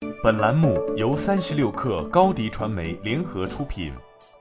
本栏目由36氪高迪传媒联合出品。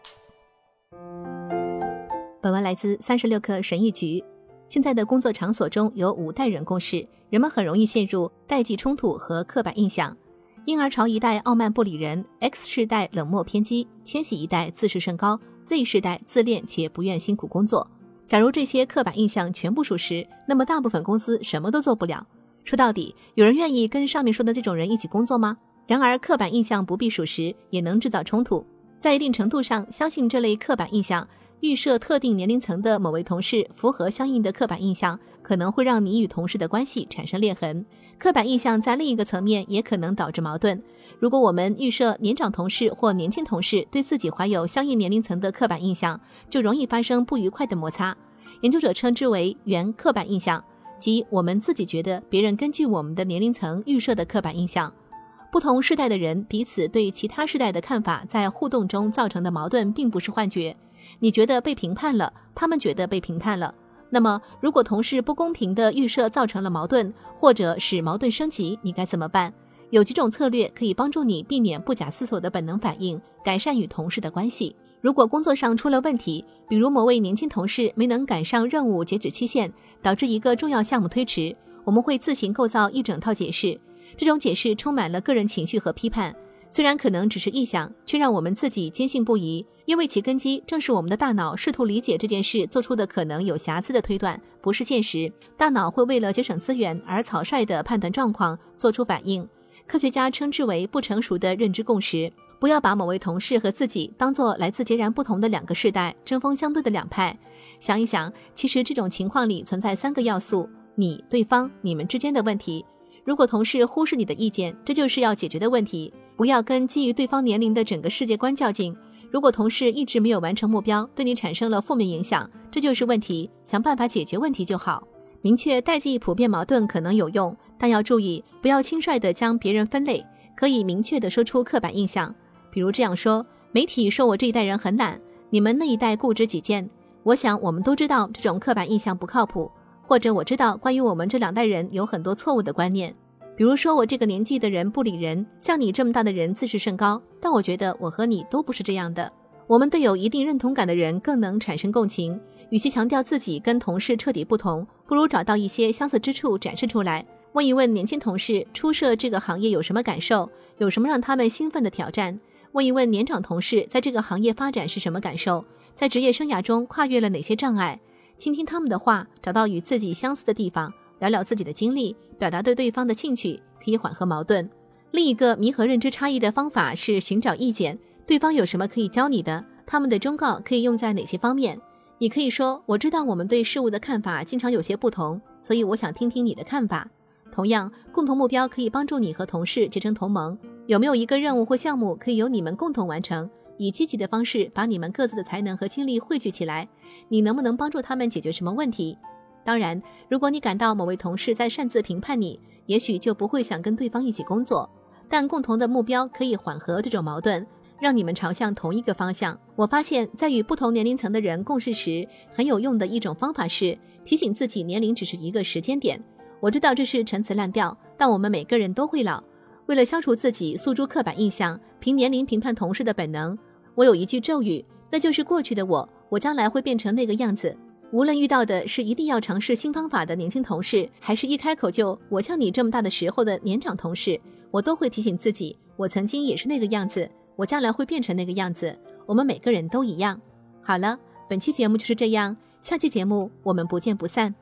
本文来自36氪神译局。现在的工作场所中有5代人共事，人们很容易陷入代际冲突和刻板印象。婴儿潮一代傲慢不理人， X 世代冷漠偏激，千禧一代自视甚高， Z 世代自恋且不愿辛苦工作。假如这些刻板印象全部属实，那么大部分公司什么都做不了。说到底，有人愿意跟上面说的这种人一起工作吗？然而刻板印象不必属实，也能制造冲突。在一定程度上，相信这类刻板印象预设特定年龄层的某位同事符合相应的刻板印象，可能会让你与同事的关系产生裂痕。刻板印象在另一个层面也可能导致矛盾。如果我们预设年长同事或年轻同事对自己怀有相应年龄层的刻板印象，就容易发生不愉快的摩擦。研究者称之为原刻板印象，即我们自己觉得别人根据我们的年龄层预设的刻板印象。不同世代的人彼此对其他世代的看法在互动中造成的矛盾并不是幻觉。你觉得被评判了，他们觉得被评判了。那么如果同事不公平的预设造成了矛盾，或者使矛盾升级，你该怎么办？有几种策略可以帮助你避免不假思索的本能反应，改善与同事的关系。如果工作上出了问题，比如某位年轻同事没能赶上任务截止期限，导致一个重要项目推迟，我们会自行构造一整套解释。这种解释充满了个人情绪和批判，虽然可能只是臆想，却让我们自己坚信不疑，因为其根基正是我们的大脑试图理解这件事做出的可能有瑕疵的推断，不是现实。大脑会为了节省资源而草率地判断状况，做出反应。科学家称之为不成熟的认知共识。不要把某位同事和自己当作来自截然不同的2个世代，针锋相对的两派。想一想，其实这种情况里存在3个要素：你、对方、你们之间的问题。如果同事忽视你的意见，这就是要解决的问题。不要跟基于对方年龄的整个世界观较劲。如果同事一直没有完成目标，对你产生了负面影响，这就是问题，想办法解决问题就好。明确代际普遍矛盾可能有用，但要注意不要轻率地将别人分类，可以明确地说出刻板印象。比如这样说：媒体说我这一代人很懒，你们那一代固执己见。我想我们都知道这种刻板印象不靠谱，或者我知道关于我们这2代人有很多错误的观念。比如说我这个年纪的人不理人，像你这么大的人自视甚高，但我觉得我和你都不是这样的。我们对有一定认同感的人更能产生共情，与其强调自己跟同事彻底不同，不如找到一些相似之处展示出来。问一问年轻同事初涉这个行业有什么感受，有什么让他们兴奋的挑战。问一问年长同事在这个行业发展是什么感受，在职业生涯中跨越了哪些障碍。倾听他们的话，找到与自己相似的地方，聊聊自己的经历，表达对对方的兴趣，可以缓和矛盾。另一个弥合认知差异的方法是寻找意见，对方有什么可以教你的，他们的忠告可以用在哪些方面。你可以说，我知道我们对事物的看法经常有些不同，所以我想听听你的看法。同样，共同目标可以帮助你和同事结成同盟。有没有一个任务或项目可以由你们共同完成？以积极的方式把你们各自的才能和精力汇聚起来，你能不能帮助他们解决什么问题？当然，如果你感到某位同事在擅自评判你，也许就不会想跟对方一起工作。但共同的目标可以缓和这种矛盾，让你们朝向同一个方向。我发现在与不同年龄层的人共事时，很有用的一种方法是提醒自己年龄只是一个时间点。我知道这是陈词滥调，但我们每个人都会老。为了消除自己诉诸刻板印象，凭年龄评判同事的本能，我有一句咒语，那就是过去的我将来会变成那个样子。无论遇到的是一定要尝试新方法的年轻同事，还是一开口就我像你这么大的时候的年长同事，我都会提醒自己，我曾经也是那个样子，我将来会变成那个样子。我们每个人都一样。好了，本期节目就是这样，下期节目我们不见不散。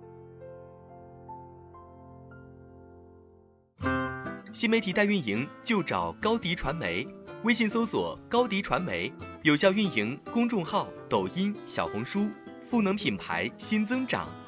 新媒体代运营就找高迪传媒，微信搜索高迪传媒，有效运营公众号、抖音、小红书，赋能品牌新增长。